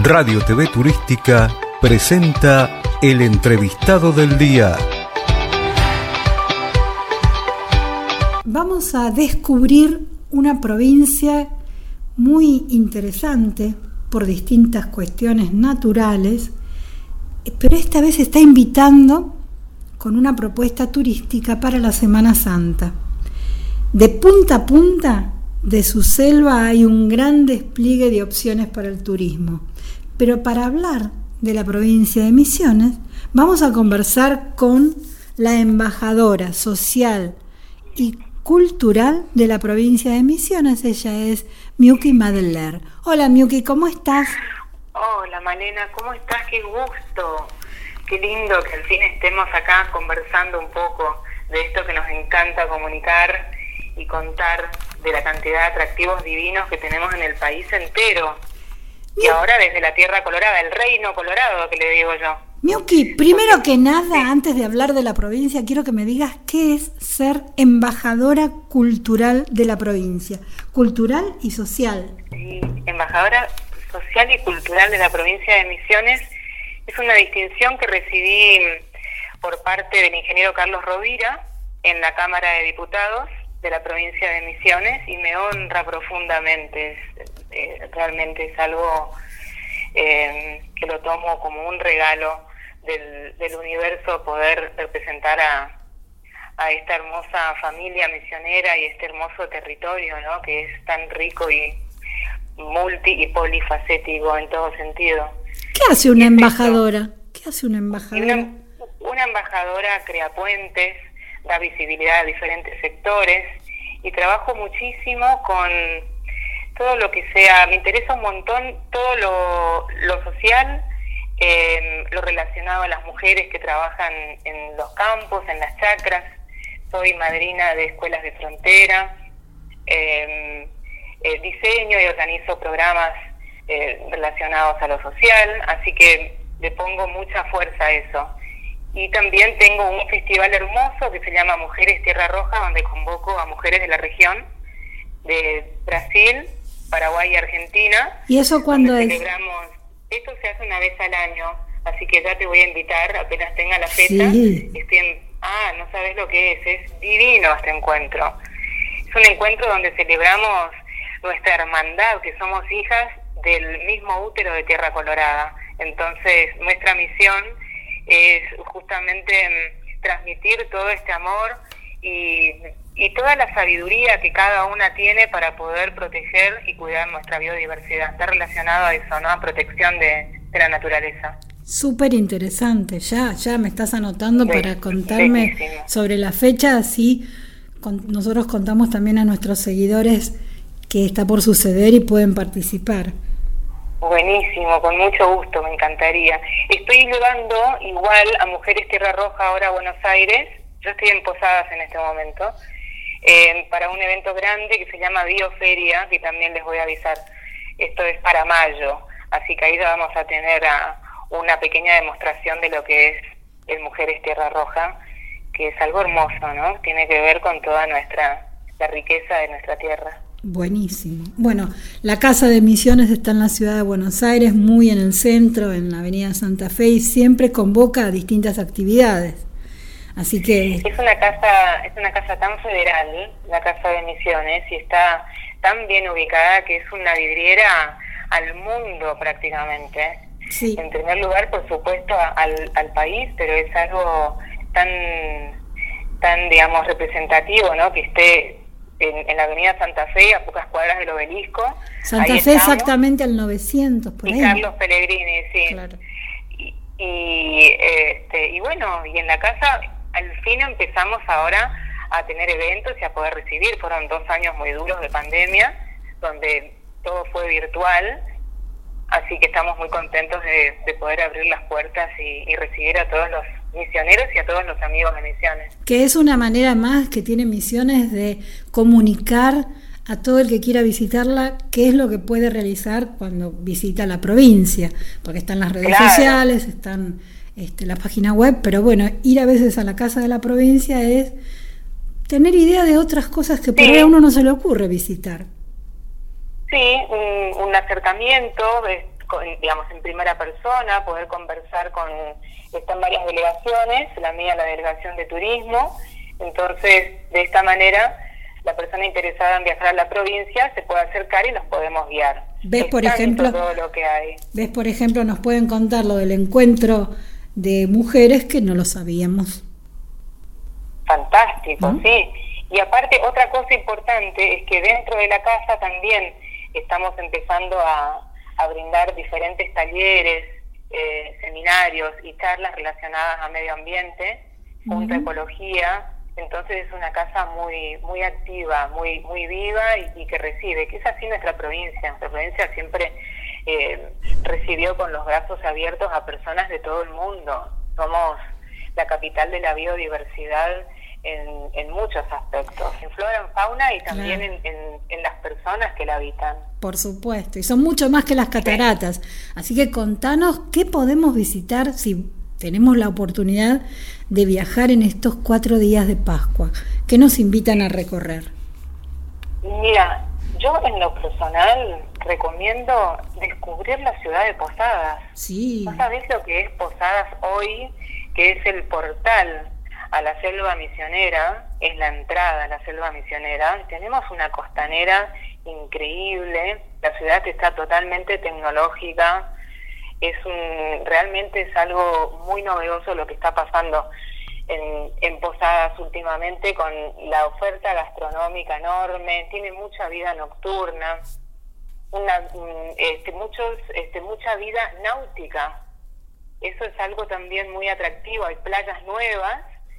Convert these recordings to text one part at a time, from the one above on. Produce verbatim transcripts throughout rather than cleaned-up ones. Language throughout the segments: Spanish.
Radio T V Turística presenta El Entrevistado del Día. Vamos a descubrir una provincia muy interesante por distintas cuestiones naturales, pero esta vez está invitando con una propuesta turística para la Semana Santa. De punta a punta de su selva hay un gran despliegue de opciones para el turismo. Pero para hablar de la provincia de Misiones, vamos a conversar con la embajadora social y cultural de la provincia de Misiones. Ella es Miuki Madler. Hola Miuki, ¿cómo estás? Hola Malena, ¿cómo estás? Qué gusto, qué lindo que al fin estemos acá conversando un poco de esto que nos encanta comunicar y contar, de la cantidad de atractivos divinos que tenemos en el país entero. Y ahora desde la tierra colorada, el reino colorado que le digo yo. Miuki, primero que nada, antes de hablar de la provincia, quiero que me digas qué es ser embajadora cultural de la provincia, cultural y social. Sí, embajadora social y cultural de la provincia de Misiones es una distinción que recibí por parte del ingeniero Carlos Rovira en la Cámara de Diputados de la provincia de Misiones y me honra profundamente. Es, eh, realmente es algo eh, que lo tomo como un regalo del, del universo, poder representar a, a esta hermosa familia misionera y este hermoso territorio, ¿no?, que es tan rico y multi y polifacético en todo sentido. ¿Qué hace una embajadora? ¿Qué hace una embajadora? Una, una embajadora crea puentes, da visibilidad a diferentes sectores y trabajo muchísimo con todo lo que sea, me interesa un montón todo lo, lo social, eh, lo relacionado a las mujeres que trabajan en los campos, en las chacras. Soy madrina de escuelas de frontera, eh, eh, diseño y organizo programas eh, relacionados a lo social, así que le pongo mucha fuerza a eso. Y también tengo un festival hermoso que se llama Mujeres Tierra Roja, donde convoco a mujeres de la región de Brasil, Paraguay y Argentina. ¿Y eso cuándo es? Celebramos, esto se hace una vez al año, así que ya te voy a invitar apenas tenga la fecha. Sí. Estoy en, ah, no sabes lo que es, es divino este encuentro. Es un encuentro donde celebramos nuestra hermandad, que somos hijas del mismo útero de Tierra Colorada. Entonces, nuestra misión es justamente transmitir todo este amor y, y toda la sabiduría que cada una tiene para poder proteger y cuidar nuestra biodiversidad. Está relacionado a eso, ¿no?, a protección de, de la naturaleza. Súper interesante, ya, ya me estás anotando sí, para contarme bellísimo. Sobre la fecha, así con, nosotros contamos también a nuestros seguidores que está por suceder y pueden participar. Buenísimo, con mucho gusto, me encantaría. Estoy llevando igual a Mujeres Tierra Roja ahora a Buenos Aires, yo estoy en Posadas en este momento, eh, para un evento grande que se llama Bioferia, que también les voy a avisar. Esto es para mayo, así que ahí ya vamos a tener a una pequeña demostración de lo que es el Mujeres Tierra Roja, que es algo hermoso, ¿no? Tiene que ver con toda nuestra, la riqueza de nuestra tierra. Buenísimo. Bueno, la Casa de Misiones está en la ciudad de Buenos Aires, muy en el centro, en la avenida Santa Fe, y siempre convoca a distintas actividades. Así que es una casa, es una casa tan federal, la Casa de Misiones, y está tan bien ubicada que es una vidriera al mundo prácticamente. Sí. En primer lugar, por supuesto, al, al país, pero es algo tan, tan, digamos, representativo, ¿no?, que esté En, en la avenida Santa Fe, a pocas cuadras del Obelisco. Santa Ahí Fe estamos. Exactamente al novecientos, por y ahí. Carlos Pellegrini, sí. Claro. Y, y, este, y bueno, y en la casa al fin empezamos ahora a tener eventos y a poder recibir. Fueron dos años muy duros de pandemia, donde todo fue virtual, así que estamos muy contentos de, de poder abrir las puertas y, y recibir a todos los misioneros y a todos los amigos de Misiones. Que es una manera más que tiene Misiones de comunicar a todo el que quiera visitarla qué es lo que puede realizar cuando visita la provincia, porque están las redes claro. sociales, están este, la página web, pero bueno, ir a veces a la Casa de la Provincia es tener idea de otras cosas que por sí. ahí a uno no se le ocurre visitar. Sí, un, un acercamiento, con, digamos, en primera persona, poder conversar con, están varias delegaciones, la mía, la delegación de turismo. Entonces, de esta manera, la persona interesada en viajar a la provincia se puede acercar y los podemos guiar. ¿Ves, Es por tanto ejemplo, todo lo que hay. ves, por ejemplo, nos pueden contar lo del encuentro de mujeres que no lo sabíamos? Fantástico, ¿no? Sí. Y aparte, otra cosa importante es que dentro de la casa también estamos empezando a, a brindar diferentes talleres, eh, seminarios y charlas relacionadas a medio ambiente, junto a Uh-huh. ecología. Entonces es una casa muy muy activa, muy muy viva y, y que recibe, que es así nuestra provincia. Nuestra provincia siempre eh, recibió con los brazos abiertos a personas de todo el mundo. Somos la capital de la biodiversidad en, en muchos aspectos, en flora, en fauna y también Claro. en, en, en las personas que la habitan. Por supuesto, y son mucho más que las cataratas. Así que contanos qué podemos visitar si tenemos la oportunidad de viajar en estos cuatro días de Pascua. ¿Qué nos invitan a recorrer? Mira, yo en lo personal recomiendo descubrir la ciudad de Posadas. Sí. ¿No sabés lo que es Posadas hoy? Que es el portal a la selva misionera, es la entrada a la selva misionera. Tenemos una costanera increíble, la ciudad está totalmente tecnológica. Es un, realmente es algo muy novedoso lo que está pasando en, en Posadas últimamente, con la oferta gastronómica enorme, tiene mucha vida nocturna, una, este, muchos, este, mucha vida náutica. Eso es algo también muy atractivo, hay playas nuevas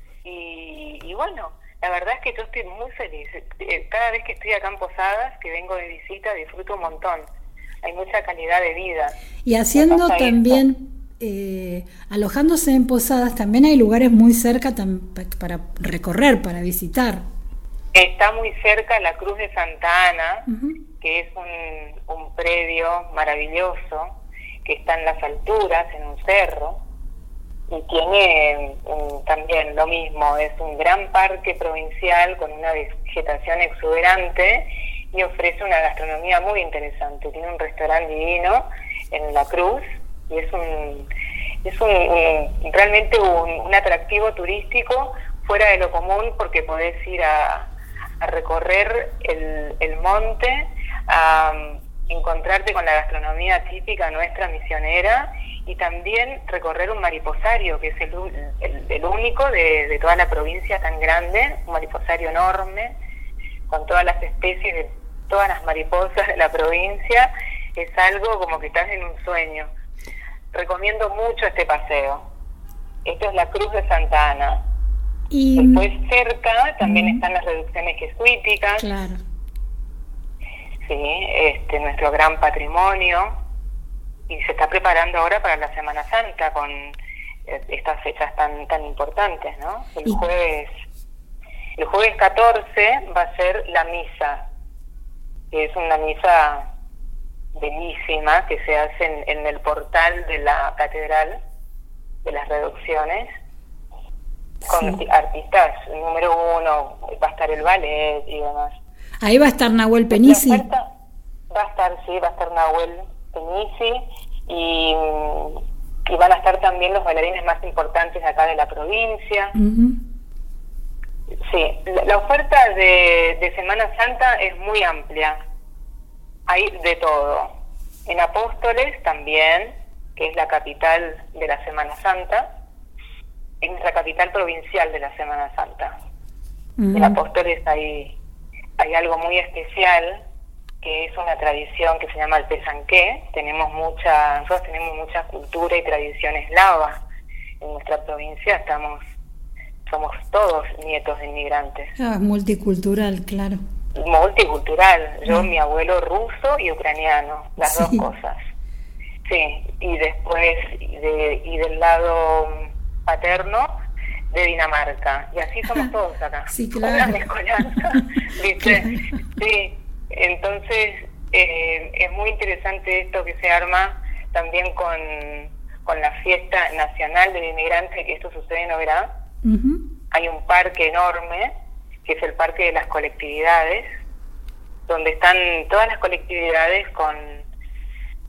y, y bueno, la verdad es que yo estoy muy feliz. Cada vez que estoy acá en Posadas, que vengo de visita, disfruto un montón. Hay mucha calidad de vida. Y haciendo también, eh, alojándose en Posadas, también hay lugares muy cerca tam- para recorrer, para visitar. Está muy cerca la Cruz de Santa Ana, Uh-huh. que es un, un predio maravilloso, que está en las alturas, en un cerro, y tiene um, también lo mismo, es un gran parque provincial con una vegetación exuberante, y ofrece una gastronomía muy interesante. Tiene un restaurante divino en la Cruz y es un es un, un realmente un, un atractivo turístico fuera de lo común, porque podés ir a, a recorrer el, el monte, a um, encontrarte con la gastronomía típica nuestra misionera y también recorrer un mariposario, que es el, el, el único de, de toda la provincia tan grande, un mariposario enorme, con todas las especies de todas las mariposas de la provincia. Es algo como que estás en un sueño. Recomiendo mucho este paseo. Esto es la Cruz de Santa Ana. Y después cerca también uh-huh. están las reducciones jesuíticas. Claro. Sí, este, nuestro gran patrimonio. Y se está preparando ahora para la Semana Santa con estas fechas tan tan importantes, ¿no? El y... jueves el jueves catorce va a ser la misa, que es una misa bellísima que se hace en, en el portal de la Catedral de las Reducciones, con sí. artistas número uno, va a estar el ballet y demás. Ahí va a estar Nahuel Penisi. Va a estar, sí, va a estar Nahuel Penisi y, y van a estar también los bailarines más importantes de acá de la provincia. Uh-huh. Sí, la, la oferta de, de Semana Santa es muy amplia. Hay de todo. En Apóstoles también, que es la capital de la Semana Santa, es nuestra capital provincial de la Semana Santa. Uh-huh. En Apóstoles hay, hay algo muy especial, que es una tradición que se llama el pesanqué. Tenemos mucha, nosotros tenemos mucha cultura y tradición eslava en nuestra provincia. Estamos, somos todos nietos de inmigrantes. Ah, multicultural, claro. Multicultural. Yo, uh-huh. mi abuelo ruso y ucraniano, las sí. dos cosas. Sí, y después de, y del lado paterno de Dinamarca. Y así somos todos acá. Sí, claro. Una mezcolanza, ¿viste? Claro. Sí. Entonces, eh, es muy interesante esto que se arma también con, con la fiesta nacional del inmigrante, que esto sucede en Oberá. Uh-huh. Hay un parque enorme, que es el Parque de las Colectividades, donde están todas las colectividades con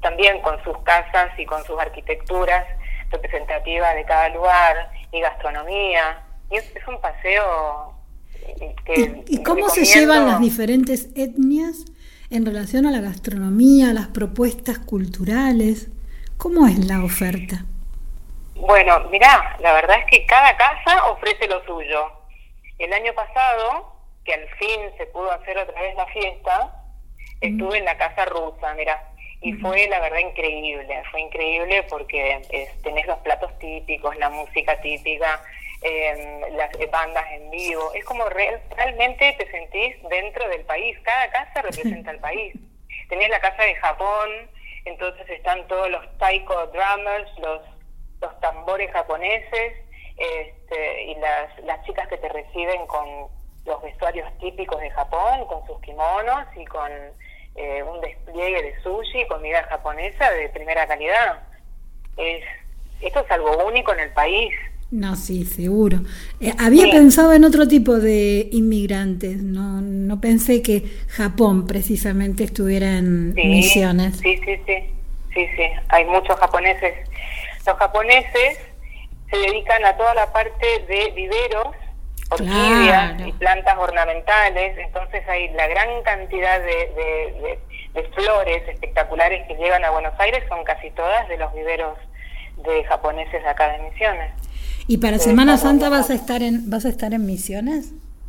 también con sus casas y con sus arquitecturas representativas de cada lugar y gastronomía. Y es, es un paseo que... ¿Y, y cómo recomiendo. se llevan las diferentes etnias en relación a la gastronomía, a las propuestas culturales? ¿Cómo es la oferta? Bueno, mirá, la verdad es que cada casa ofrece lo suyo. El año pasado, que al fin se pudo hacer otra vez la fiesta, estuve en la casa rusa, mirá, y fue la verdad increíble, fue increíble porque eh, tenés los platos típicos, la música típica, eh, las bandas en vivo, es como re, realmente te sentís dentro del país, cada casa representa el país. Tenés la casa de Japón, entonces están todos los taiko drummers, los, los tambores japoneses, este, y las, las chicas que te reciben con los vestuarios típicos de Japón, con sus kimonos y con eh, un despliegue de sushi, comida japonesa de primera calidad. Es, esto es algo único en el país. No, sí, seguro. Eh, había sí. pensado en otro tipo de inmigrantes, no no pensé que Japón precisamente estuviera en sí, Misiones. Sí, sí, sí, sí, sí, hay muchos japoneses. Los japoneses se dedican a toda la parte de viveros, orquídeas claro. y plantas ornamentales, entonces hay la gran cantidad de, de, de, de flores espectaculares que llegan a Buenos Aires, son casi todas de los viveros de japoneses acá de Misiones. ¿Y para Semana Santa vas a estar en vas a estar en Misiones?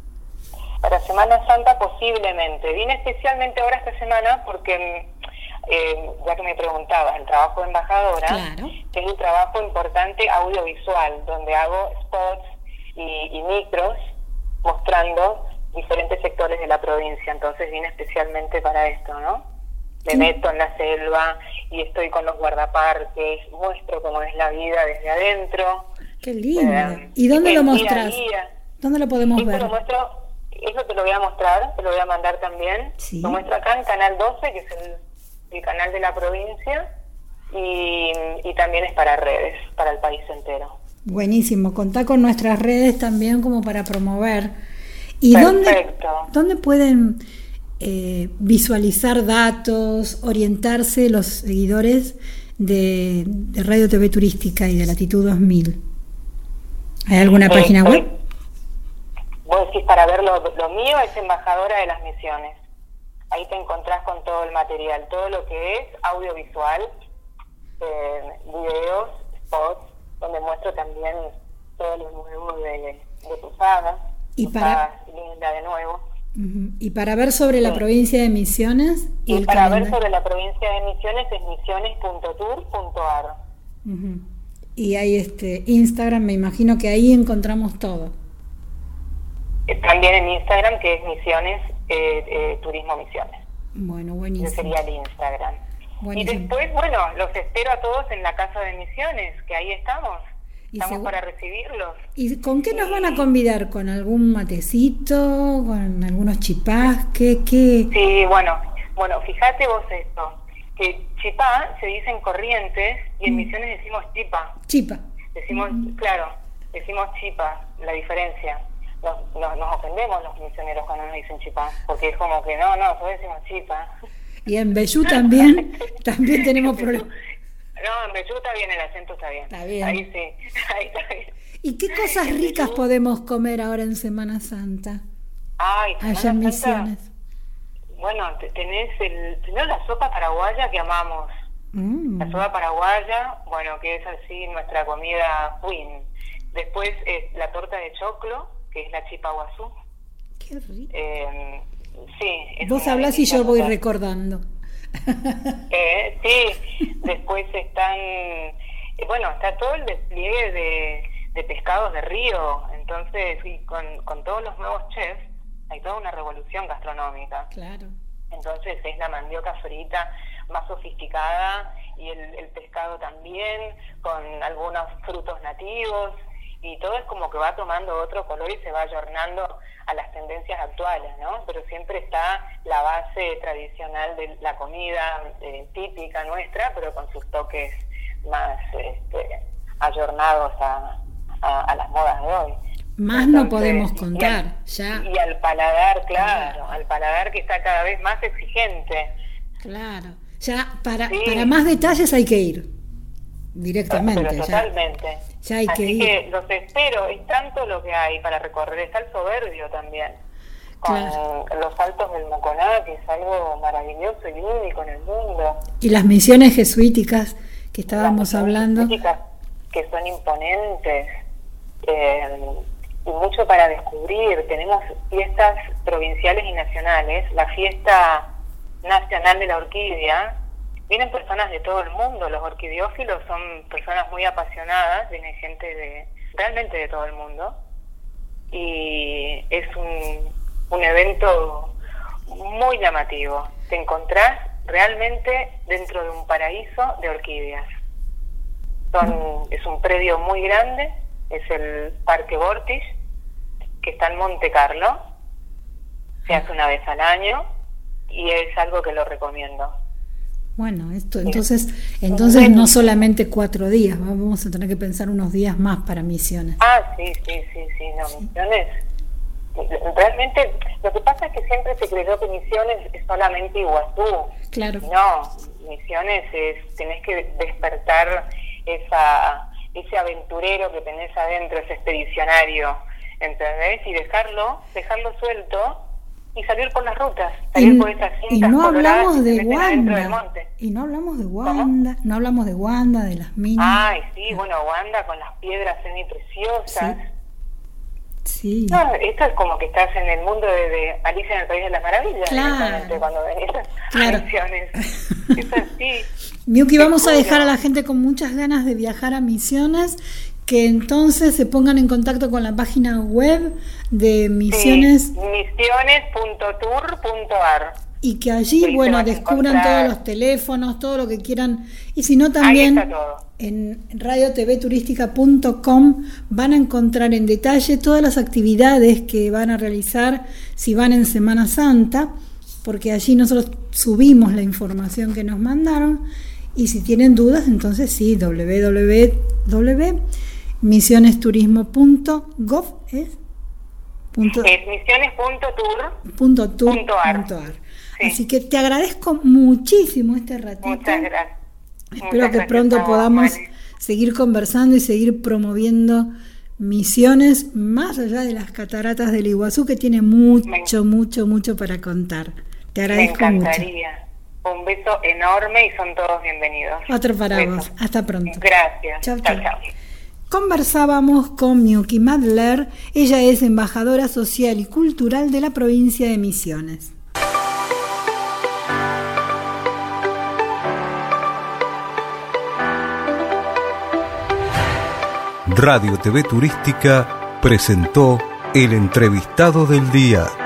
Para Semana Santa posiblemente. Vine especialmente ahora esta semana porque, eh, ya que me preguntabas, el trabajo de embajadora, claro. tengo un trabajo importante audiovisual, donde hago spots y, y micros mostrando diferentes sectores de la provincia. Entonces vine especialmente para esto, ¿no? Me sí. meto en la selva y estoy con los guardaparques, muestro cómo es la vida desde adentro. Qué lindo. Eh, ¿Y dónde lo mostrás? Día día. ¿Dónde lo podemos Esto ver? Lo muestro, eso te lo voy a mostrar, te lo voy a mandar también. Sí. Lo muestro acá en Canal doce, que es el, el canal de la provincia, y, y también es para redes, para el país entero. Buenísimo, contá con nuestras redes también como para promover. ¿Y Perfecto. dónde, dónde pueden eh, visualizar datos, orientarse los seguidores de, de Radio T V Turística y de Latitud dos mil? ¿Hay alguna página eh, web? Vos decís, para ver lo, lo mío es Embajadora de las Misiones. Ahí te encontrás con todo el material, todo lo que es audiovisual, eh, videos, spots, donde muestro también todo lo nuevo de, de Posadas, y para linda de nuevo. Uh-huh. Y para ver sobre sí. la provincia de Misiones y, y el para calendario. ver sobre la provincia de Misiones es misiones punto tour punto a r. Uh-huh. Y hay este Instagram, me imagino que ahí encontramos todo. Eh, también en Instagram, que es Misiones, eh, eh, Turismo Misiones. Bueno, buenísimo. Ese sería el Instagram. Buenísimo. Y después, bueno, los espero a todos en la Casa de Misiones, que ahí estamos. Estamos para recibirlos. ¿Y con qué nos van a convidar? ¿Con algún matecito? ¿Con algunos chipás? ¿Qué? qué? Sí, bueno, bueno, fíjate vos esto, que chipá se dice en Corrientes y en mm. Misiones decimos chipa. Chipa. Decimos, mm. claro, decimos chipa, la diferencia. Nos, nos, nos ofendemos los misioneros cuando nos dicen chipá, porque es como que no, no, nosotros decimos chipa. Y en Bellú también, también tenemos problemas. No, en Bellú está bien, el acento está bien. Está bien. Ahí sí, ahí está bien. ¿Y qué cosas ricas Bellú podemos comer ahora en Semana Santa? Ay, Semana allá en Santa, Misiones. Bueno, tenés, el, tenés la sopa paraguaya que amamos. Mm. La sopa paraguaya, bueno, que es así nuestra comida queen. Después es la torta de choclo, que es la chipa guazú. Qué rico. Eh, sí. Es Vos hablás y yo voy cosa. recordando. Eh, sí, después están, eh, bueno, está todo el despliegue de, de pescados de río, entonces y con, con todos los nuevos chefs hay toda una revolución gastronómica. Claro. Entonces es la mandioca frita más sofisticada y el, el pescado también, con algunos frutos nativos, y todo es como que va tomando otro color y se va ayornando a las tendencias actuales, ¿no? Pero siempre está la base tradicional de la comida eh, típica nuestra, pero con sus toques más este, ayornados a, a, a las modas de hoy. Más Entonces, no podemos contar, y al, ya. Y al paladar, claro, al paladar que está cada vez más exigente. Claro. ya para, sí. para más detalles hay que ir directamente. Pero totalmente. Ya, ya hay Así que ir. que los espero, es tanto lo que hay para recorrer, está el Soberbio también, con claro. los Altos del Moconá, que es algo maravilloso y único en el mundo. Y las misiones jesuíticas que estábamos las hablando. Jesuíticas que son imponentes, eh, y mucho para descubrir. Tenemos fiestas provinciales y nacionales. La fiesta nacional de la orquídea, vienen personas de todo el mundo. Los orquidiófilos son personas muy apasionadas, viene gente de realmente de todo el mundo, y es un, un evento muy llamativo. Te encontrás realmente dentro de un paraíso de orquídeas. Son, es un predio muy grande, es el Parque Vortis, que está en Monte Carlo, se hace una vez al año y es algo que lo recomiendo. Bueno, esto entonces entonces no solamente cuatro días, vamos a tener que pensar unos días más para Misiones. Ah, sí, sí, sí, sí, no, sí. Misiones. Realmente, lo que pasa es que siempre se creyó que Misiones es solamente Iguazú. Claro. No, Misiones es, tenés que despertar esa ese aventurero que tenés adentro, ese expedicionario, ¿entendés? Y dejarlo, dejarlo suelto y salir por las rutas, salir y, por esas cintas y no hablamos de Wanda, y no hablamos de Wanda, no hablamos de Wanda, de las minas. Ay, sí, bueno, Wanda con las piedras semipreciosas. Sí. Sí. No, esto es como que estás en el mundo de, de Alicia en el País de las Maravillas, claro. Cuando venís claro. a Misiones. Es así. Miyuki, vamos a dejar a la gente con muchas ganas de viajar a Misiones, que entonces se pongan en contacto con la página web de Misiones. Sí, misiones punto tour punto ar. Y que allí, sí, bueno, descubran todos los teléfonos, todo lo que quieran. Y si no, también en radio t v turística punto com van a encontrar en detalle todas las actividades que van a realizar si van en Semana Santa, porque allí nosotros subimos la información que nos mandaron. Y si tienen dudas, entonces sí, doble u doble u doble u punto misiones turismo punto gov es punto, es misiones punto tour punto tour punto ar. Sí. Así que te agradezco muchísimo este ratito. Muchas gracias. Espero Muchas que gracias pronto vos, podamos Mari. seguir conversando y seguir promoviendo Misiones más allá de las cataratas del Iguazú, que tiene mucho, me, mucho, mucho para contar. Te agradezco me encantaría. mucho. Un beso enorme y son todos bienvenidos. Otro para beso. vos. Hasta pronto. Gracias. Chau, chau. chau. Conversábamos con Miyuki Madler. Ella es embajadora social y cultural de la provincia de Misiones. Radio T V Turística presentó El Entrevistado del Día.